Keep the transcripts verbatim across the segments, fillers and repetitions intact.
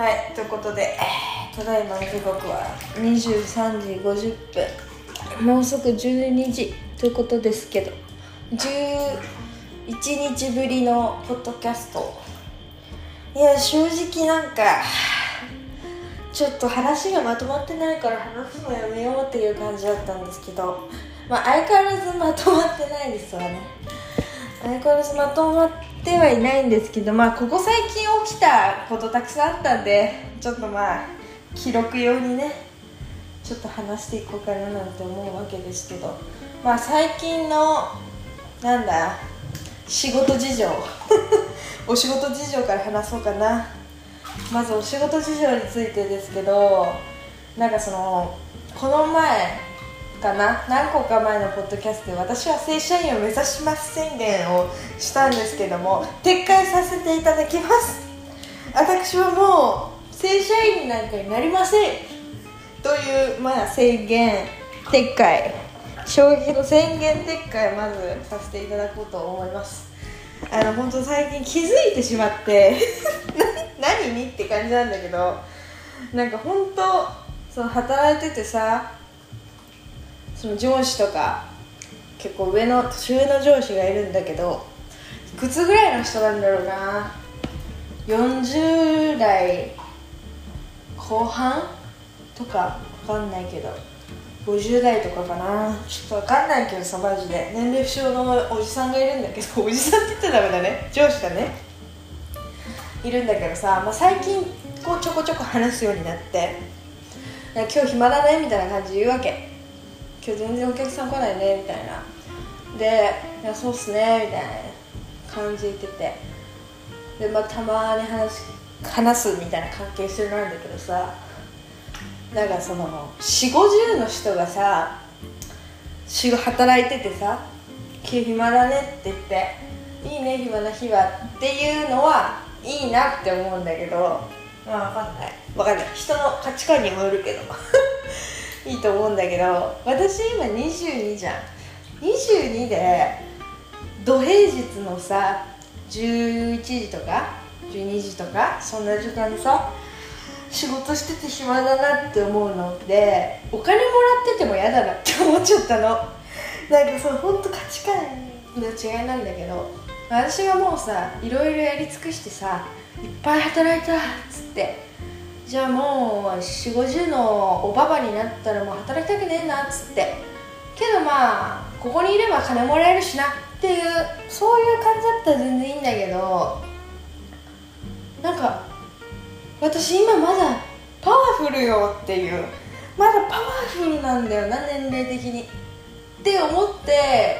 はい、ということで、ただいまの時刻はにじゅうさんじごじゅっぷん、もうすぐじゅうにじということですけど、じゅういちにちぶりのポッドキャスト。いや、正直なんかちょっと話がまとまってないから話すのやめようっていう感じだったんですけど、まあ相変わらずまとまってないですわね。相変わらずまとまってはいないんですけど、まあここ最近起きたことたくさんあったんで、ちょっとまあ記録用にねちょっと話していこうかななんて思うわけですけど、まあ最近のなんだ仕事事情お仕事事情から話そうかな。まずお仕事事情についてですけど、なんかそのこの前かな何個か前のポッドキャストで私は正社員を目指します宣言をしたんですけども、撤回させていただきます。私はもう正社員なんかになりませんという、まあ、宣言撤回、衝撃の宣言撤回をまずさせていただこうと思います。あの本当最近気づいてしまって何にって感じなんだけど、なんか本当その働いててさ、その上司とか結構上の年上の上司がいるんだけど、いくつぐらいの人なんだろうな、よんじゅうだいこう半とかわかんないけどごじゅうだいとかかな、ちょっとわかんないけどさ、マジで年齢不詳のおじさんがいるんだけど、おじさんって言ったらダメだね、上司がねいるんだけどさ、まあ、最近こうちょこちょこ話すようになって、今日暇だねみたいな感じで言うわけ。今日全然お客さん来ないねみたいなで、いやそうっすねみたいな感じで言ってて、で、まあ、たまに話話すみたいな関係性なんだけどさ、なんかそのよんじゅうごじゅうの人がさ働いててさ、今日暇だねって言っていいね暇な日はっていうのはいいなって思うんだけど、まあ分かんない分かんない人の価値観にもよるけどいいと思うんだけど、私今にじゅうにじゃん。にじゅうにで土平日のさじゅういちじとかじゅうにじとかそんな時間にさ仕事してて暇だなって思うので、お金もらってても嫌だなって思っちゃったの。なんかそれほんと価値観の違いなんだけど、私がもうさいろいろやり尽くしてさいっぱい働いたっつって、じゃあもうよんじゅうごじゅうのおばばになったらもう働きたくねえなっつって、けどまあここにいれば金もらえるしなっていう、そういう感じだったら全然いいんだけど、なんか私今まだパワフルよっていう、まだパワフルなんだよな年齢的にって思って、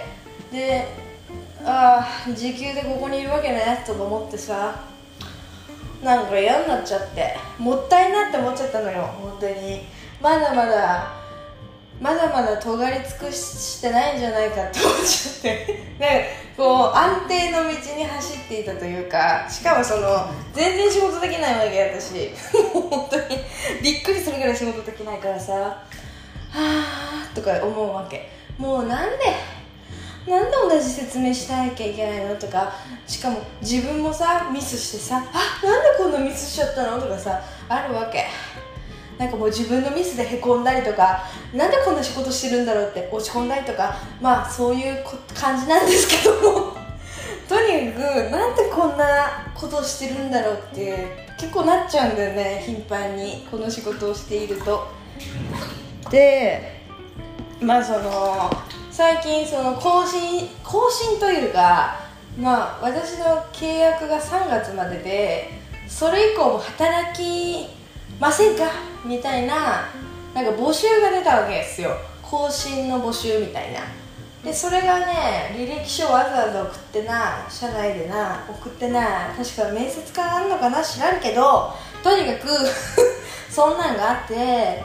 で、ああ時給でここにいるわけねとか思ってさ、なんか嫌になっちゃって、もったいなって思っちゃったのよ。本当にまだまだまだまだ尖り尽くしてないんじゃないかって思っちゃってでこう安定の道に走っていたというか、しかもその全然仕事できないわけ私本当にびっくりするぐらい仕事できないからさ、はーとか思うわけ。もうなんでなんで同じ説明しなきゃいけないのとか、しかも自分もさミスしてさ、あ、なんでこんなミスしちゃったのとかさあるわけ。なんかもう自分のミスでへこんだりとか、なんでこんな仕事してるんだろうって落ち込んだりとか、まあそういう感じなんですけどもとにかくなんでこんなことをしてるんだろうって結構なっちゃうんだよね、頻繁にこの仕事をしていると。で、まあその最近その更新更新というか、まあ私の契約がさんがつまでで、それ以降も働きませんかみたいな、なんか募集が出たわけですよ、更新の募集みたいな。でそれがね、履歴書わざわざ送ってな、社内でな送ってな、確か面接官あんのかな知らんけど、とにかくそんなんがあって、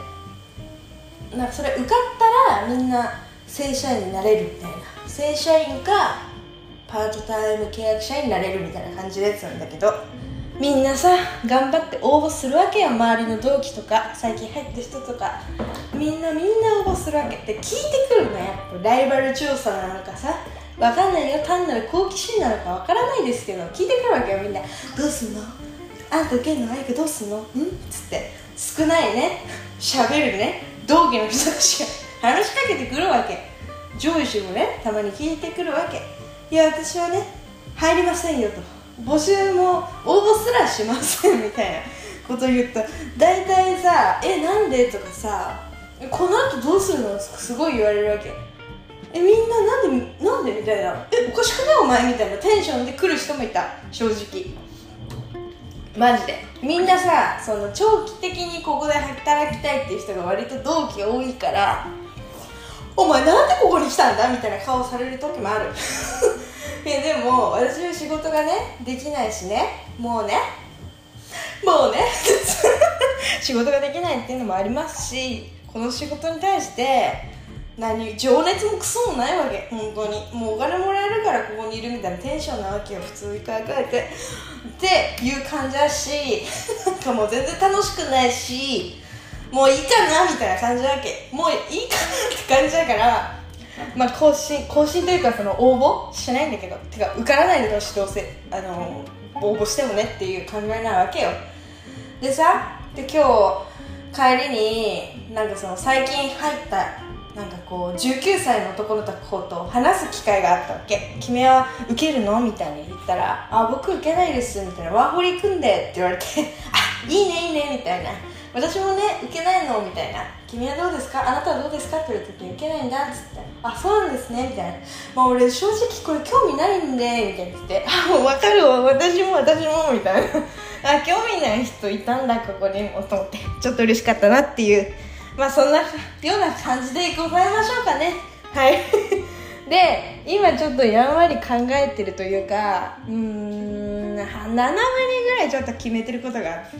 なんかそれ受かったらみんな正社員になれるみたいな、正社員かパートタイム契約社員になれるみたいな感じのやつなんだけど、みんなさ頑張って応募するわけよ、周りの同期とか最近入った人とか、みんなみんな応募するわけで、聞いてくるのやっぱライバル調査なのかさ、わかんないよ、単なる好奇心なのかわからないですけど聞いてくるわけよ、みんな。どうすんのあんた受けんのマイクどうすんのんつって少ないね喋るね同期の人たちが話しかけてくるわけ。上司もねたまに聞いてくるわけ。いや私はね入りませんよと、募集も応募すらしませんみたいなことを言った。大体さえなんでとかさこの後どうするのすごい言われるわけ。えみんななんでなんでみたいな、えおかしくないお前みたいなテンションで来る人もいた。正直マジでみんなさその長期的にここで働きたいっていう人が割と同期多いから、お前なんでここに来たんだみたいな顔される時もあるいやでも私は仕事がねできないしねもうねもうね仕事ができないっていうのもありますし、この仕事に対して何情熱もクソもないわけ。本当にもうお金もらえるからここにいるみたいなテンションなわけよ、普通に考えてっていう感じだしなんかもう全然楽しくないし、もういいかなみたいな感じだわけ。もういいかなって感じだから、まあ更新更新というかその応募しないんだけど、てか受からないでほしい、どうせあの応募してもねっていう考えなわけよ。でさで今日帰りになんかその最近入ったなんかこうじゅうきゅうさいの男の子と話す機会があったわけ。君は受けるのみたいに言ったら、あ僕受けないですみたいな、ワーホリ行くんでって言われてあいいねいいねみたいな、私もね受けないのみたいな、君はどうですかあなたはどうですかって言われた時に受けないんだっつって、あそうなんですねみたいな、まあ俺正直これ興味ないんでみたいな言って、あもう分かるわ私も私もみたいなあ興味ない人いたんだここにもと思って、ちょっと嬉しかったなっていう、まあそんなような感じでございましょうかね。はいで今ちょっとやんわり考えてるというか、うーんななわりぐらいちょっと決めてることがあって、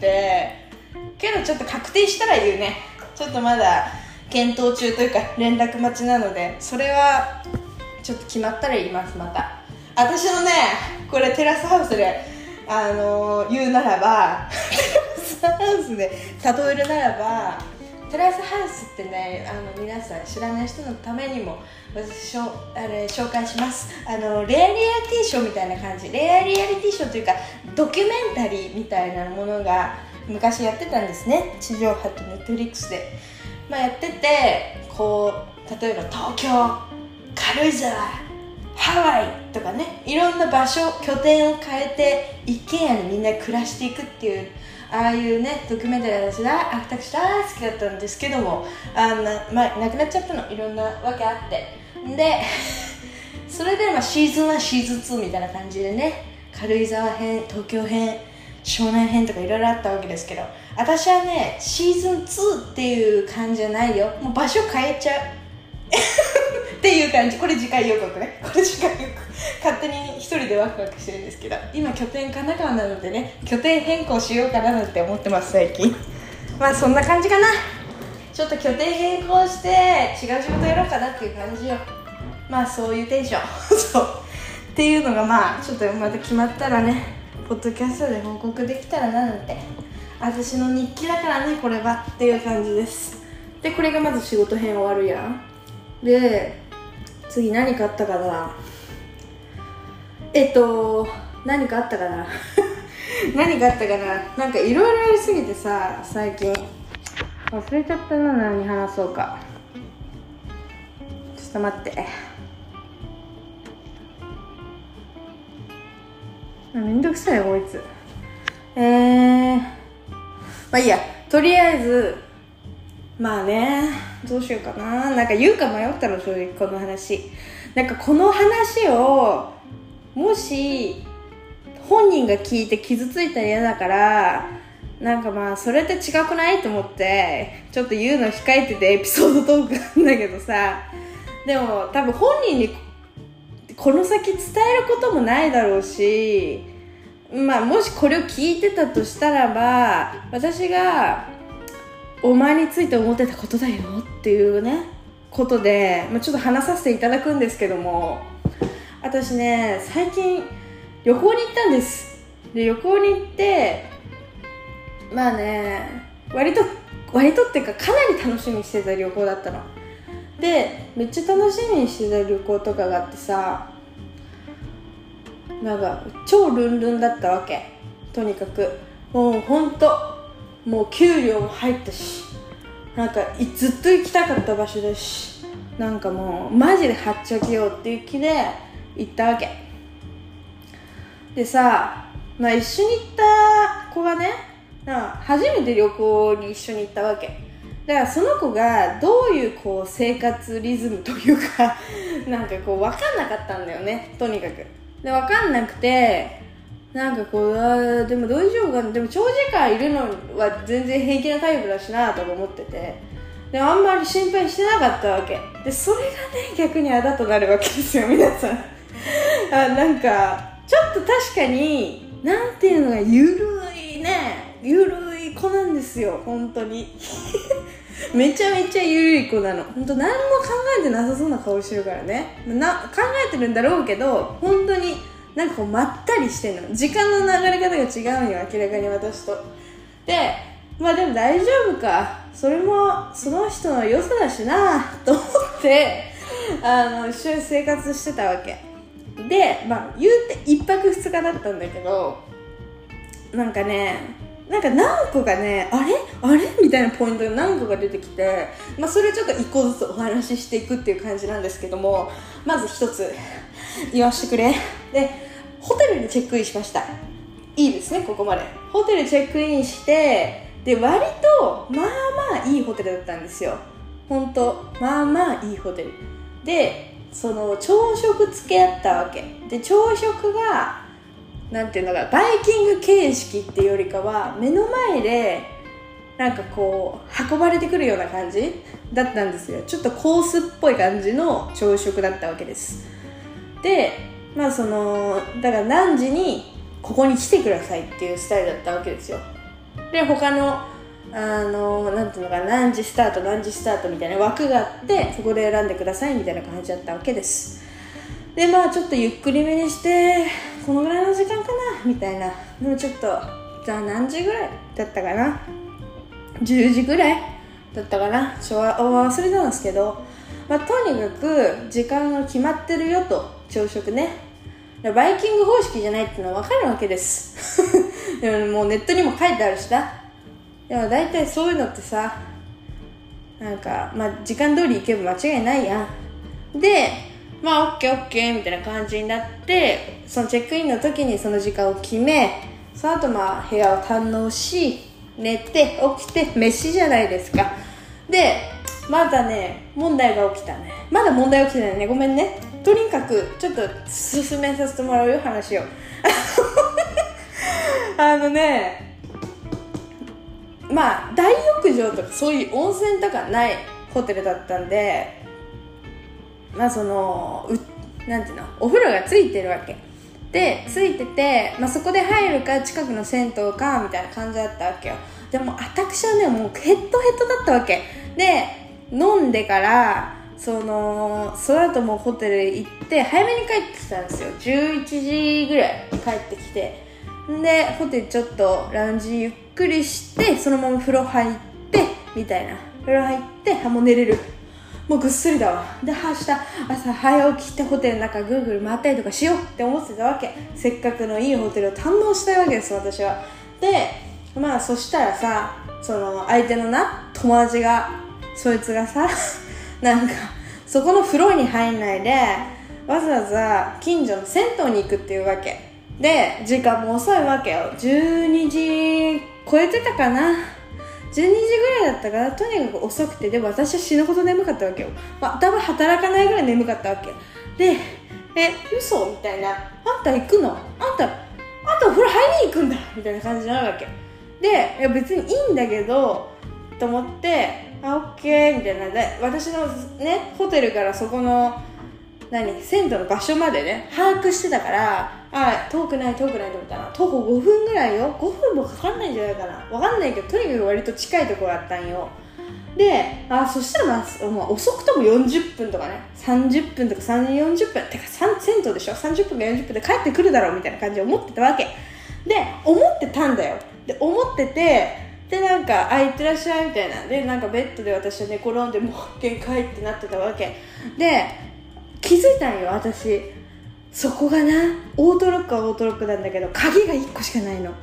けどちょっと確定したら言うね。ちょっとまだ検討中というか連絡待ちなので、それはちょっと決まったら言います。また私のねこれテラスハウスであのー、言うならばテラスハウスで例えるならば、テラスハウスってねあの皆さん知らない人のためにも私しょあれ紹介します。あのレアリアリティショーみたいな感じ、レアリアリティショーというかドキュメンタリーみたいなものが昔やってたんですね、地上波とネットフリックスで、まあ、やっててこう例えば東京、軽井沢、ハワイとかね、いろんな場所拠点を変えて一軒家にみんな暮らしていくっていう、ああいうねドキュメンタリー私だ私大好きだったんですけども、あんな、まあ、なくなっちゃったの、いろんなわけあって、でそれでまあシーズンワンシーズンツーみたいな感じでね、軽井沢編、東京編、湘南編とかいろいろあったわけですけど、私はねシーズンツーっていう感じじゃないよ、もう場所変えちゃうっていう感じ。これ次回予告ね、これ次回予告勝手に一人でワクワクしてるんですけど、今拠点神奈川なのでね拠点変更しようかななんて思ってます最近。まあそんな感じかな。ちょっと拠点変更して違う仕事やろうかなっていう感じよ。まあそういうテンションそうっていうのがまあちょっとまた決まったらねポッドキャストで報告できたらななんて、私の日記だからねこれはっていう感じです。でこれがまず仕事編終わるやん。で次何かあったかな、えっと何かあったかな何かあったかな、なんかいろいろやりすぎてさ最近忘れちゃったな、何話そうか。ちょっと待って、めんどくさいよこいつ。えーまあいいや、とりあえずまあねどうしようかな、なんか言うか迷ったの正直この話。なんかこの話をもし本人が聞いて傷ついたら嫌だから、なんかまあそれって違くないと思ってちょっと言うの控えててエピソードトークなんだけどさ、でも多分本人にこの先伝えることもないだろうし、まあもしこれを聞いてたとしたらば、私がお前について思ってたことだよっていうねことで、まあ、ちょっと話させていただくんですけども、私ね最近旅行に行ったんです。で旅行に行ってまあね割と割とっていうかかなり楽しみにしてた旅行だったので、めっちゃ楽しみにしてた旅行とかがあってさ、なんか超ルンルンだったわけ。とにかくもうほんともう給料も入ったし、なんかずっと行きたかった場所だし、なんかもうマジではっちゃけようっていう気で行ったわけでさ、まあ、一緒に行った子がね、なんか初めて旅行に一緒に行ったわけだから、その子がどういうこう生活リズムというかなんかこう分かんなかったんだよね、とにかく。で分かんなくて、なんかこうあでも大丈夫かな、でも長時間いるのは全然平気なタイプだしなとか思ってて、でもあんまり心配してなかったわけで、それがね逆にあだとなるわけですよ皆さんあなんかちょっと確かになんていうのがゆるいね、ゆるい子なんですよ本当にめちゃめちゃゆるい子なの。本当何も考えてなさそうな顔してるからね、な考えてるんだろうけど本当になんかこうまったりしてるの、時間の流れ方が違うよ明らかに私と。でまあでも大丈夫か、それもその人の良さだしなと思ってあの一緒に生活してたわけで、まあ言うていっぱくふつかだったんだけど、なんかねなんか何個かねあれあれみたいなポイントが何個か出てきて、まあそれちょっと一個ずつお話ししていくっていう感じなんですけども、まず一つ言わせてくれ。でホテルにチェックインしました。いいですねここまで。ホテルチェックインして、で割とまあまあいいホテルだったんですよ。本当まあまあいいホテルで、その朝食付け合ったわけで、朝食がなんていうのかバイキング形式っていうよりかは目の前でなんかこう運ばれてくるような感じだったんですよ。ちょっとコースっぽい感じの朝食だったわけです。でまあそのだから何時にここに来てくださいっていうスタイルだったわけですよ。で他のあのなんていうのかな、何時スタート何時スタートみたいな枠があって、そこで選んでくださいみたいな感じだったわけです。でまあちょっとゆっくりめにしてこのぐらいの時間かなみたいな。でもちょっとじゃあ何時ぐらいだったかな、じゅうじぐらいだったかな、ちょっと忘れたんですけど、まあ、とにかく時間が決まってるよと、朝食ね。バイキング方式じゃないっていうのは分かるわけですでももうネットにも書いてあるしな。でも大体そういうのってさ、なんかまあ時間通り行けば間違いないやん。でまあオッケーオッケーみたいな感じになって、そのチェックインの時にその時間を決め、その後まあ部屋を堪能し、寝て起きて飯じゃないですか。でまだね問題が起きたね。まだ問題起きてないね、ごめんね。とにかくちょっと進めさせてもらうよ話をあのねまあ大浴場とかそういう温泉とかないホテルだったんで、まあそのうなんていうのお風呂がついてるわけで、ついてて、まあ、そこで入るか近くの銭湯かみたいな感じだったわけよ。でも私はねもうヘッドヘッドだったわけで、飲んでからそのその後もうホテル行って早めに帰ってきたんですよ。じゅういちじぐらいに帰ってきて、でホテルちょっとラウンジゆっくりして、そのまま風呂入ってみたいな。風呂入ってあもう寝れる、もうぐっすりだわ。で明日朝早起きしてホテルの中ぐるぐる回ったりとかしようって思ってたわけ。せっかくのいいホテルを堪能したいわけです私は。でまあそしたらさ、その相手のな友達がそいつがさなんかそこの風呂に入んないでわざわざ近所の銭湯に行くっていうわけで、時間も遅いわけよ。じゅうにじ超えてたかな、じゅうにじぐらいだったから、とにかく遅くて、でも私は死ぬほど眠かったわけよ。まあ、頭働かないぐらい眠かったわけで、え嘘みたいな、あんた行くの、あんたあんたお風呂入りに行くんだみたいな感じになるわけで、いや別にいいんだけどと思って、あオッケーみたいなで、私のねホテルからそこの何銭湯の場所までね把握してたから、あ遠くない遠くないと思ったら徒歩ごふんぐらいよ、ごふんもかかんないんじゃないかな、わかんないけどとにかく割と近いところだったんよ。であそしたら、まあ、まあ遅くともよんじゅっぷんとかねさんじゅっぷんとかさんじゅう、よんじゅっぷんてか銭湯でしょ、さんじゅっぷんかよんじゅっぷんで帰ってくるだろうみたいな感じで思ってたわけで、思ってたんだよ。で思ってて、でなんかあいってらっしゃいみたいなで、なんかベッドで私は寝転んでもう限界ってなってたわけで、気づいたんよ私。そこがなオートロックはオートロックなんだけど鍵がいっこしかないの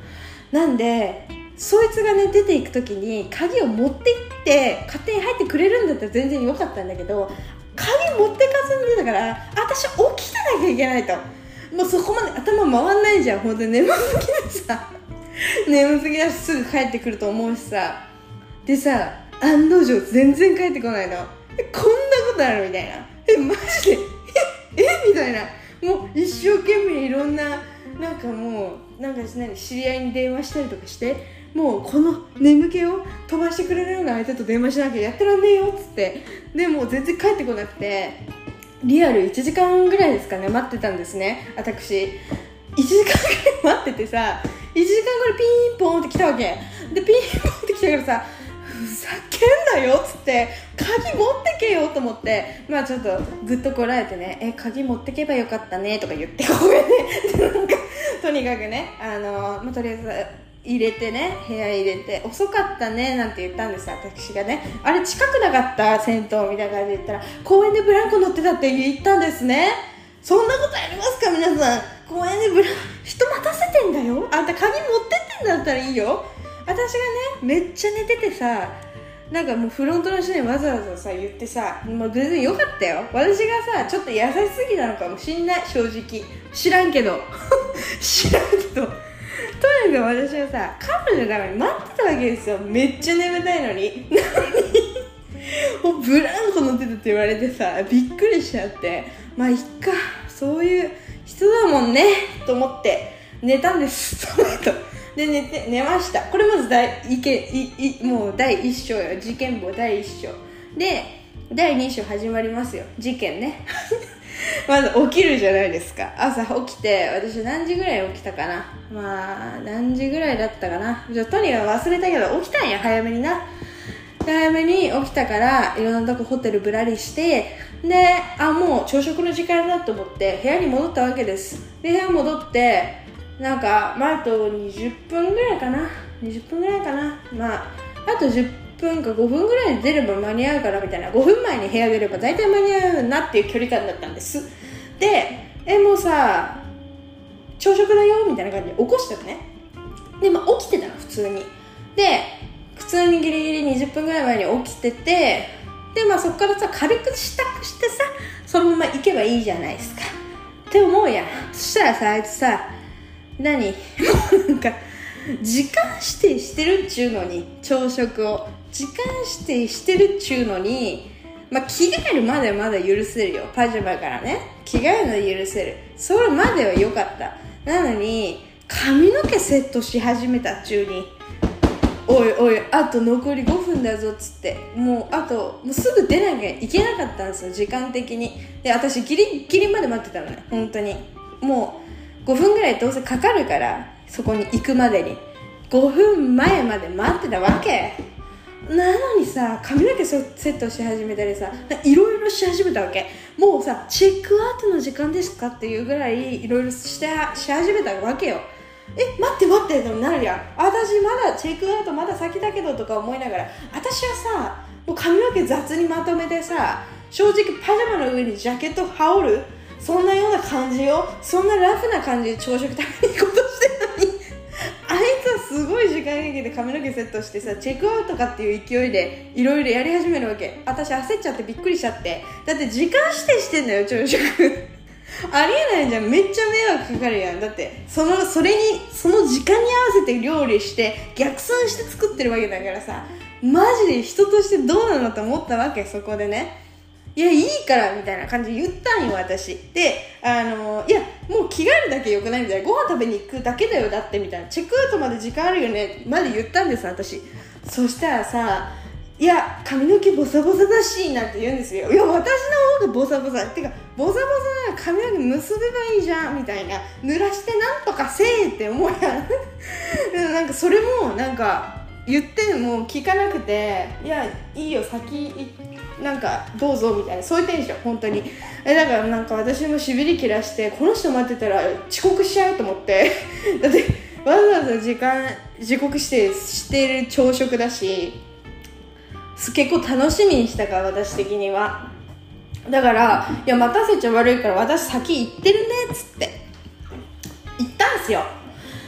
なんでそいつがね出ていく時に鍵を持って行って勝手に入ってくれるんだったら全然良かったんだけど、鍵持ってかずに出たから私起きてなきゃいけないと、もうそこまで頭回んないじゃん。本当に眠すぎてさ眠すぎだしすぐ帰ってくると思うしさ、でさ案の定全然帰ってこないの。えこんなことあるみたいな、えマジでええみたいな、もう一生懸命いろんななんかもうなんか知り合いに電話したりとかして、もうこの眠気を飛ばしてくれるような相手と電話しなきゃやってらんねえよっつって、でもう全然帰ってこなくて、リアルいちじかんぐらいですかね待ってたんですね。私いちじかんぐらい待っててさ、いちじかんぐらいピンポンって来たわけで、ピンポンって来たからさ、ふざけんなよっつって鍵持ってけよと思って、まあちょっとぐっとこらえてね、え鍵持ってけばよかったねとか言ってごめんねなんかとにかくね、あの、まあ、とりあえず入れてね、部屋入れて遅かったねなんて言ったんです。私がね、あれ近くなかった銭湯みたいな感じで言ったら、公園でブランコ乗ってたって言ったんですね。そんなことありますか皆さん。公園でブランコ人待たせてんだよ、あんた鍵持ってってんだったらいいよ。私がねめっちゃ寝ててさ、なんかもうフロントの人にわざわざさ言ってさ、もう全然よかったよ。私がさちょっと優しすぎなのかもしんない、正直知らんけど知らんけどとにかく私はさ彼女のために待ってたわけですよ。めっちゃ眠たいのにもうブランコ乗ってたって言われてさびっくりしちゃって、まあいっかそういう人だもんねと思って寝たんですその後で寝て寝ました。これまず第いけいいもう第一章よ、事件簿第一章で、第二章始まりますよ、事件ねまず起きるじゃないですか。朝起きて、私何時ぐらい起きたかな、まあ何時ぐらいだったかな、じゃとにかく忘れたけど起きたんや早めにな。早めに起きたからいろんなとこホテルぶらりして、であもう朝食の時間だと思って部屋に戻ったわけです。で部屋戻ってなんか、まあ、あとにじゅっぷんぐらいかなにじゅっぷんぐらいかな、まああとじゅっぷんかごふんぐらいで出れば間に合うからみたいな、ごふんまえに部屋出れば大体間に合うなっていう距離感だったんです。でえもうさ朝食だよみたいな感じで起こしたのね。でまあ起きてたの普通に、で普通にギリギリにじゅっぷんぐらい前に起きてて、でまあそこからさ軽く支度してさそのまま行けばいいじゃないですかって思うやん。そしたらさあいつさ何なんか時間指定してるっちゅうのに、朝食を時間指定してるっちゅうのに、まあ着替えるまではまだ許せるよ、パジャマからね着替えるのは許せる、それまでは良かった。なのに髪の毛セットし始めたっちゅうに、おいおいあと残りごふんだぞっつって、もうあともうすぐ出なきゃいけなかったんですよ時間的に。で私ギリギリまで待ってたのね、本当にもうごふんぐらいどうせかかるから、そこに行くまでにごふんまえまで待ってたわけなのにさ、髪の毛セットし始めたりさ、いろいろし始めたわけ。もうさチェックアウトの時間ですかっていうぐらいいろいろしてし始めたわけよ。え待って待ってってなるやん。私まだチェックアウトまだ先だけどとか思いながら、私はさもう髪の毛雑にまとめてさ、正直パジャマの上にジャケット羽織る、そんなような感じよ。そんなラフな感じで朝食食べに行こうとしてるのにあいつはすごい時間かけて髪の毛セットしてさ、チェックアウトかっていう勢いでいろいろやり始めるわけ。私焦っちゃってびっくりしちゃって、だって時間指定してんだよ朝食ありえないじゃん、めっちゃ迷惑かかるやん。だってそのそれにその時間に合わせて料理して逆算して作ってるわけだからさ、マジで人としてどうなのと思ったわけ。そこでね、いやいいからみたいな感じで言ったんよ私で、あのいやもう着替えるだけよくないみたいな、ご飯食べに行くだけだよだってみたいな、チェックアウトまで時間あるよねまで言ったんです私。そしたらさ、いや髪の毛ボサボサだしなんて言うんですよ。いや私の方がボサボサってか、ボサボサなら髪の毛結べばいいじゃんみたいな、濡らしてなんとかせえって思うやんなんかそれもなんか言っても聞かなくて、いやいいよ先なんかどうぞみたいな、そういうテンション本当に。えだからなんか私もしびり切らして、この人待ってたら遅刻しちゃうと思ってだってわざわざ時間時刻してしてる朝食だし、結構楽しみにしたから私的には。だからいや待たせちゃ悪いから私先行ってるねっつって行ったんすよ。で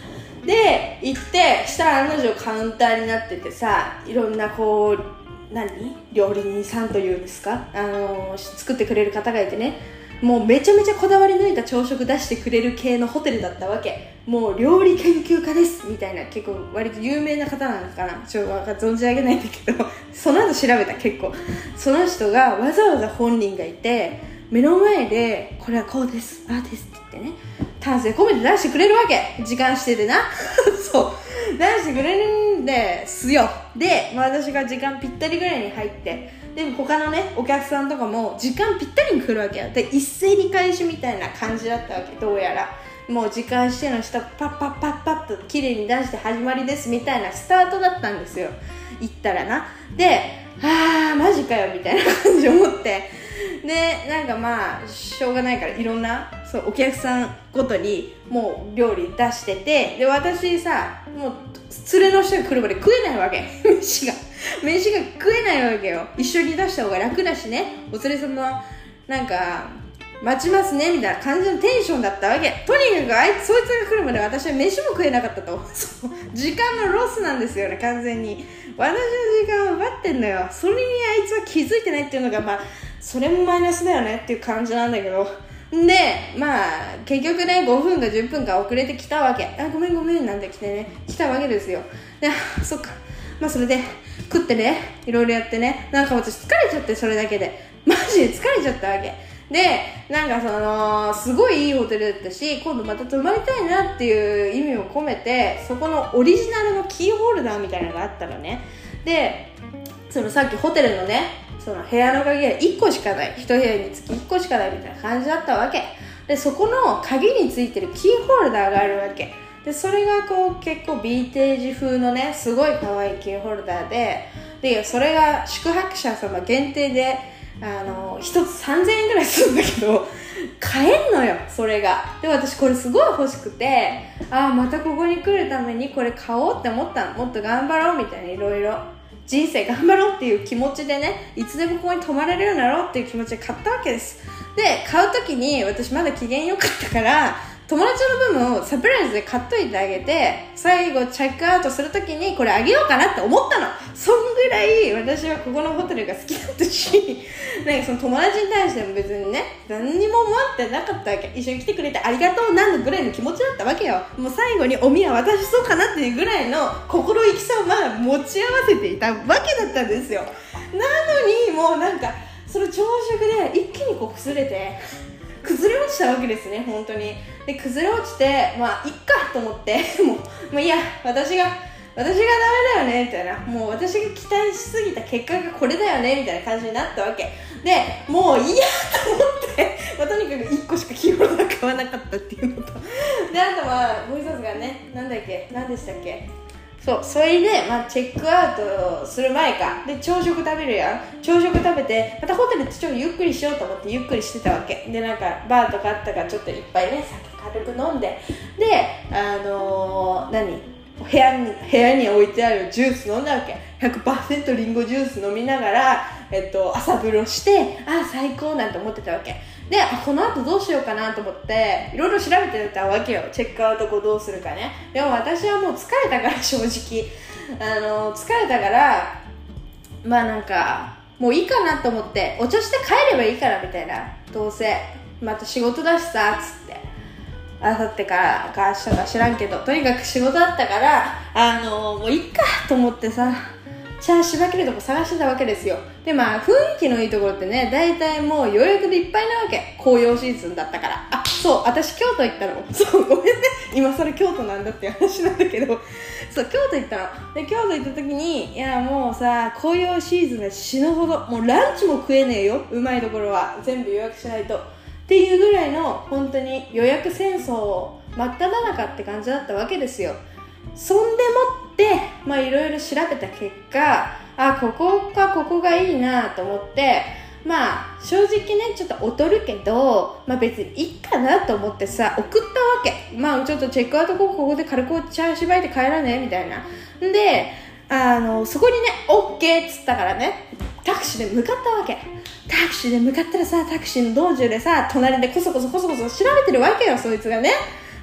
で行ってしたら案の定カウンターになっててさ、いろんなこう何料理人さんというんですか、あのー、作ってくれる方がいてね、もうめちゃめちゃこだわり抜いた朝食出してくれる系のホテルだったわけ。もう料理研究家ですみたいな、結構割と有名な方なのかな、ちょっと存じ上げないんだけどその後調べた。結構その人がわざわざ本人がいて目の前でこれはこうです、ああですって言ってね、丹精込めて出してくれるわけ、時間指定でなそう出してくれるんですよ。で、まあ、私が時間ぴったりぐらいに入って、でも他のねお客さんとかも時間ぴったりに来るわけよ。で一斉に開始みたいな感じだったわけ。どうやらもう時間指定の下パッパッパッパッと綺麗に出して始まりですみたいなスタートだったんですよ、行ったらな。で、あーマジかよみたいな感じで思って、でなんかまあしょうがないからいろんなそうお客さんごとにもう料理出してて、で私さもう連れの人が来るまで食えないわけ飯が飯が食えないわけよ。一緒に出した方が楽だしね、お連れ様なんか待ちますねみたいな感じのテンションだったわけ。とにかくあいつそいつが来るまで私は飯も食えなかったとそう時間のロスなんですよね、完全に私の時間を奪ってんのよ。それにあいつは気づいてないっていうのがまあそれもマイナスだよねっていう感じなんだけど、でまあ結局ねごふんかじゅっぷんか遅れてきたわけ。あごめんごめんなんて来てね来たわけですよ。でそっか、まあそれで食ってねいろいろやってね、なんか私疲れちゃって、それだけでマジで疲れちゃったわけで、なんかそのすごいいいホテルだったし、今度また泊まりたいなっていう意味を込めて、そこのオリジナルのキーホルダーみたいなのがあったのね。でそのさっきホテルのねその部屋の鍵がいっこしかない、いち部屋につきいっこしかないみたいな感じだったわけで、そこの鍵についてるキーホルダーがあるわけで、それがこう結構ヴィンテージ風のねすごい可愛いキーホルダーで、でそれが宿泊者様限定であのひとつさんぜんえんぐらいするんだけど買えんのよそれが。で私これすごい欲しくて、ああまたここに来るためにこれ買おうって思ったの。もっと頑張ろうみたいな、いろいろ人生頑張ろうっていう気持ちでね、いつでもここに泊まれるようになろうっていう気持ちで買ったわけです。で買う時に私まだ機嫌良かったから友達の分もサプライズで買っといてあげて、最後チェックアウトするときにこれあげようかなって思ったの。そんぐらい私はここのホテルが好きだったし、なんかその友達に対しても別にね何にも思ってなかったわけ。一緒に来てくれてありがとうなんのぐらいの気持ちだったわけよ。もう最後におみや渡しそうかなっていうぐらいの心意気さをまだ持ち合わせていたわけだったんですよ。なのにもうなんかその朝食で一気にこう崩れて崩れ落ちたわけですね、本当に。で崩れ落ちて、まあいっかと思ってもう、もういや私が私がダメだよねみたいな、もう私が期待しすぎた結果がこれだよねみたいな感じになったわけで、もういいやと思って、まあ、とにかくいっこしかキーホルダー買わなかったっていうのと、であとはもう一つがね、なんだっけ何でしたっけ、そうそれで、まあ、チェックアウトする前かで朝食食べるやん。朝食食べてまたホテルってちょっとゆっくりしようと思ってゆっくりしてたわけで、なんかバーとかあったからちょっといっぱいね酒軽く飲んで、であのー、何部屋に部屋に置いてあるジュース飲んだわけ。 ひゃくパーセント リンゴジュース飲みながら、えっと、朝風呂してあ最高なんて思ってたわけで、この後どうしようかなと思っていろいろ調べてたわけよ。チェックアウト後どうするかね。でも私はもう疲れたから正直あの疲れたからまあなんかもういいかなと思ってお茶して帰ればいいからみたいな、どうせまた仕事だしさつってあさってからか明日か知らんけどとにかく仕事だったからあのもういいかと思ってさチャーシューばきるとこ探してたわけですよ。でまあ雰囲気のいいところってね大体もう予約でいっぱいなわけ。紅葉シーズンだったから。あそう私京都行ったの。そうごめんね今それ京都なんだっていう話なんだけどそう京都行ったので、京都行った時にいやもうさ紅葉シーズンで死ぬほどもうランチも食えねえよ、うまいところは全部予約しないとっていうぐらいの本当に予約戦争真っ只中って感じだったわけですよ。そんでもってまあいろいろ調べた結果、あここかここがいいなと思って、まあ正直ねちょっと劣るけど、まあ別にいいかなと思ってさ送ったわけ。まあちょっとチェックアウト後ここで軽くチャーシューばいて帰らねみたいな。であのそこにね オーケー っつったからねタクシーで向かったわけ。タクシーで向かったらさタクシーの道中でさ隣でコソコソコソコソ調べてるわけよそいつがね。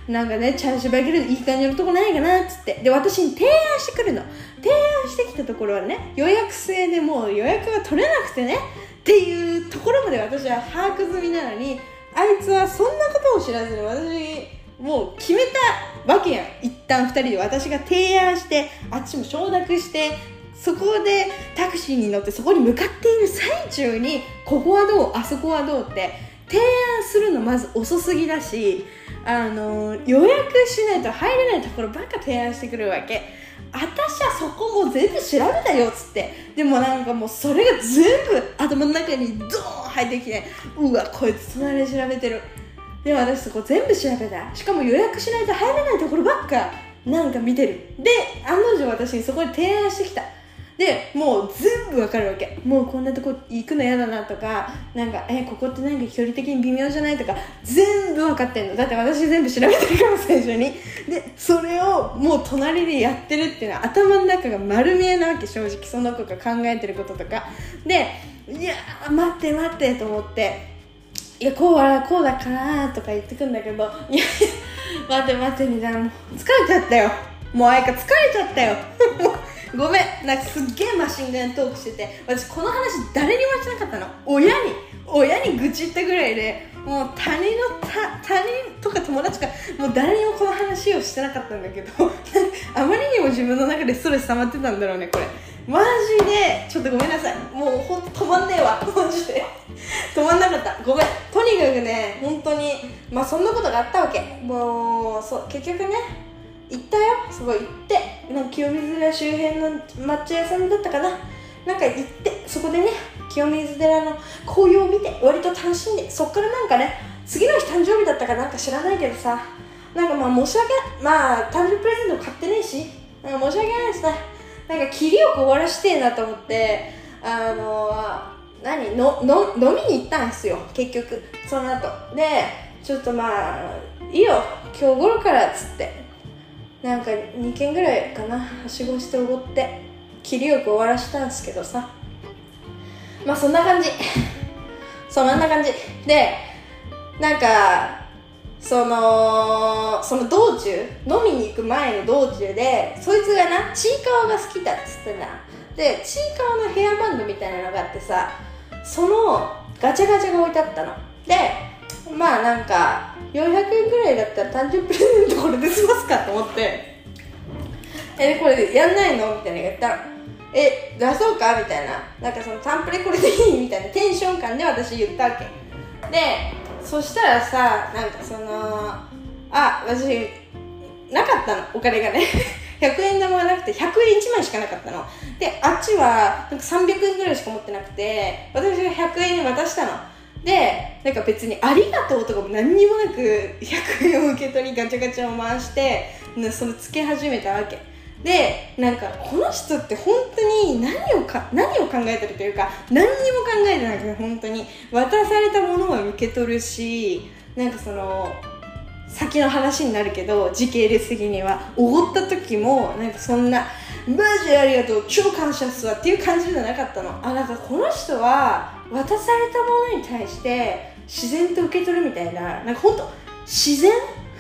なんかねチャーシューバーけどいい感じのとこないかなっつって、で私に提案してくるの。提案してきたところはね、予約制でもう予約が取れなくてねっていうところまで私は把握済みなのに、あいつはそんなことを知らずに私もう決めたわけやん。一旦ふたりで私が提案して、あっちも承諾して、そこでタクシーに乗ってそこに向かっている最中に、ここはどうあそこはどうって提案するのまず遅すぎだし、あの予約しないと入れないところばっか提案してくるわけ。私はそこも全部調べたよっつって、でもなんかもうそれが全部頭の中にドーン入ってきて、うわこいつ隣で調べてる。でも私そこ全部調べた。しかも予約しないと入れないところばっかなんか見てる。で案の定私にそこに提案してきた。でもう全部わかるわけ。もうこんなとこ行くの嫌だなとか、なんかえここってなんか距離的に微妙じゃないとか全部わかってんの。だって私全部調べてるから最初に。でそれをもう隣でやってるっていうのは頭の中が丸見えなわけ。正直その子が考えてることとかで、いやー待って待ってと思って、いやこうはこうだからとか言ってくんだけど、いや待って待ってみたいな、もう疲れちゃったよ。もうあいか疲れちゃったよごめん、なんかすっげえマシンガントークしてて、私この話誰にもしてなかったの。親に親に愚痴ったぐらいで、もう他人のた他人とか友達かもう誰にもこの話をしてなかったんだけどあまりにも自分の中でストレス溜まってたんだろうね。これマジでちょっとごめんなさい。もうほんと止まんねえわマジで止まんなかった。ごめん。とにかくね、本当にまあそんなことがあったわけ。もうそう結局ね行ったよ。すごい行ってなんか清水寺周辺の抹茶屋さんだったかな、なんか行ってそこでね清水寺の紅葉を見て割と楽しんで、そっからなんかね次の日誕生日だったかなんか知らないけどさ、なんかまあ申し訳まあ誕生日プレゼント買ってねえし、なんか申し訳ないですね。なんか切りよく終わらしてえなと思って、あのー、何のの飲みに行ったんですよ結局その後で、ちょっとまあいいよ今日頃からっつってなんかにけんぐらいかなはしごしておごって切りよく終わらしたんですけどさ、まあそんな感じそんな感じで、なんかそのその道中飲みに行く前の道中でそいつがなちいかわが好きだっつってな、でちいかわのヘアバンドみたいなのがあってさ、そのガチャガチャが置いてあったので、まあなんかよんひゃくえんくらいだったら誕生日プレゼントこれで済ますかと思って、えこれやんないのみたいな言ったら、え出そうかみたいな、なんかそのタンプレこれでいいみたいなテンション感で私言ったわけで、そしたらさ、なんかそのあ私なかったのお金がねひゃくえん玉がなくてひゃくえんいちまいしかなかったので、あっちはなんかさんびゃくえんぐらいしか持ってなくて、私がひゃくえん渡したので、なんか別にありがとうとかも何にもなくひゃくえんを受け取りガチャガチャを回してそのつけ始めたわけで、なんかこの人って本当に何をか何を考えてるというか何にも考えてなくて、本当に渡されたものは受け取るし、なんかその先の話になるけど時系列的にはおごった時もなんかそんなマジありがとう超感謝っすわっていう感じじゃなかったの。あ、なんかこの人は渡されたものに対して自然と受け取るみたいな、なんかほんと自然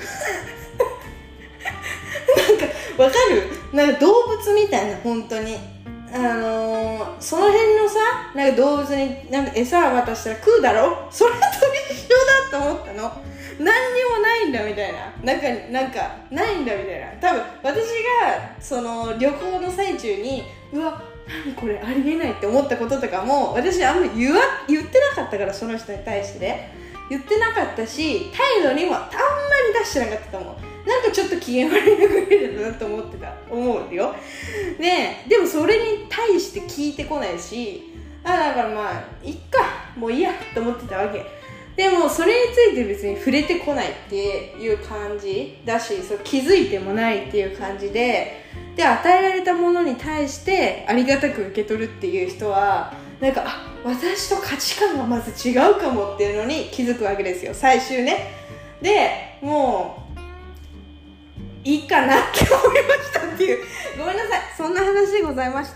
なんかわかる？なんか動物みたいな、本当にあのー、その辺のさ、なんか動物になんか餌渡したら食うだろ、それと一緒だと思ったの。何にもないんだみたいな、なんかなんかないんだみたいな。多分私がその旅行の最中にうわ何これありえないって思ったこととかも私あんま言わ言ってなかったから、その人に対してね言ってなかったし、態度にもあんまり出してなかったと思う。なんかちょっと機嫌悪いなぐらいだなと思ってた思うよ。ででもそれに対して聞いてこないし、あだからまあいっかもういいやと思ってたわけでも、それについて別に触れてこないっていう感じだし、そう気づいてもないっていう感じで、で与えられたものに対してありがたく受け取るっていう人はなんかあ私と価値観がまず違うかもっていうのに気づくわけですよ、最終ね。でもういいかなって思いましたっていう、ごめんなさい、そんな話でございまして、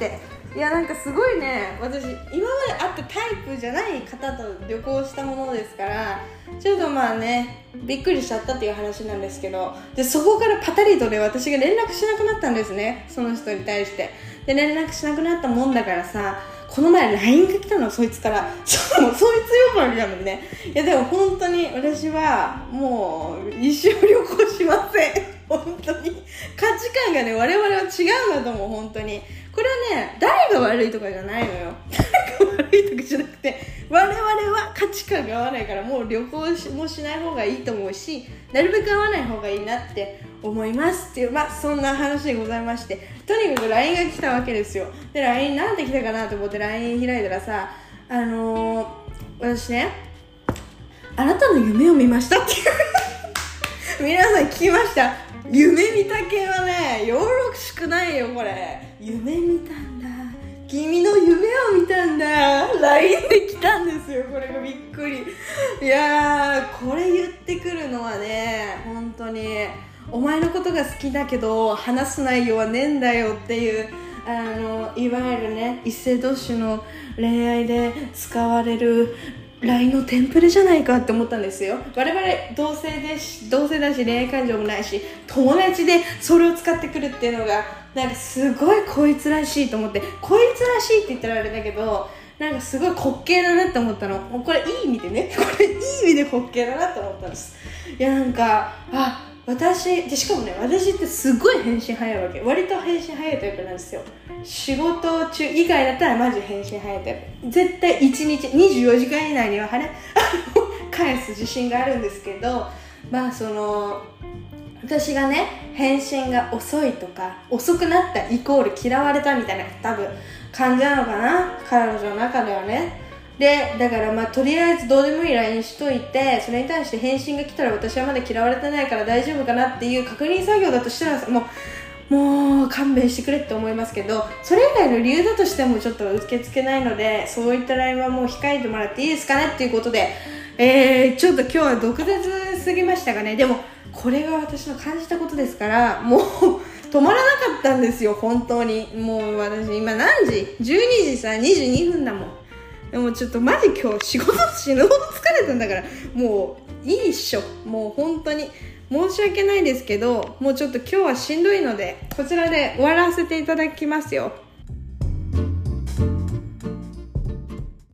いやなんかすごいね、私今まで会ったタイプじゃない方と旅行したものですから、ちょっとまあねびっくりしちゃったっていう話なんですけど、でそこからパタリとね私が連絡しなくなったんですね、その人に対して。で連絡しなくなったもんだからさ、この前 ライン が来たの、そいつから。そもそいつ呼ばわりなのにね。いやでも本当に私はもう一生旅行しません。本当に価値観がね我々は違うんだと思う。本当にこれはね誰が悪いとかじゃないのよ。誰が悪いとかじゃなくて、我々は価値観が合わないから、もう旅行しもしない方がいいと思うし、なるべく合わない方がいいなって思いますっていう、まあそんな話でございまして、とにかく ライン が来たわけですよ。で ライン なんて来たかなと思って ライン 開いたらさ、あのー、私ね、あなたの夢を見ましたっていう皆さん聞きました？夢見た系はねよろしくないよ。これ夢見たんだ、君の夢を見たんだ、 ライン で来たんですよ。これがびっくり。いやーこれ言ってくるのはね、本当にお前のことが好きだけど話す内容はねえんだよっていう、あのいわゆるね異性同士の恋愛で使われる ライン のテンプレじゃないかって思ったんですよ。我々同性でし同性だし恋愛感情もないし、友達でそれを使ってくるっていうのがなんかすごいこいつらしいと思って、こいつらしいって言ったらあれだけど、なんかすごい滑稽だなって思ったの。これいい意味でね、これいい意味で滑稽だなって思ったんです。いやなんかあ私で、しかもね私ってすごい返信早いわけ。割と返信早いタイプなんですよ。仕事中以外だったらマジ返信早いタイプ。絶対いちにちにじゅうよじかん以内には、ね、返す自信があるんですけど、まあその私がね返信が遅いとか遅くなったイコール嫌われたみたいな多分感じなのかな、彼女の中ではね。でだからまあとりあえずどうでもいい ライン しといて、それに対して返信が来たら私はまだ嫌われてないから大丈夫かなっていう確認作業だとしたらもうもう勘弁してくれって思いますけど、それ以外の理由だとしてもちょっと受け付けないので、そういった ライン はもう控えてもらっていいですかねっていうことで、えー、ちょっと今日は毒舌すぎましたがね。でもこれが私の感じたことですから、もう止まらなかったんですよ本当に。もう私今何時 ?じゅうにじさにじゅうにふんだもん。でもちょっとマジ今日仕事死ぬほど疲れたんだから、もういいっしょ。もう本当に申し訳ないですけど、もうちょっと今日はしんどいのでこちらで終わらせていただきますよ。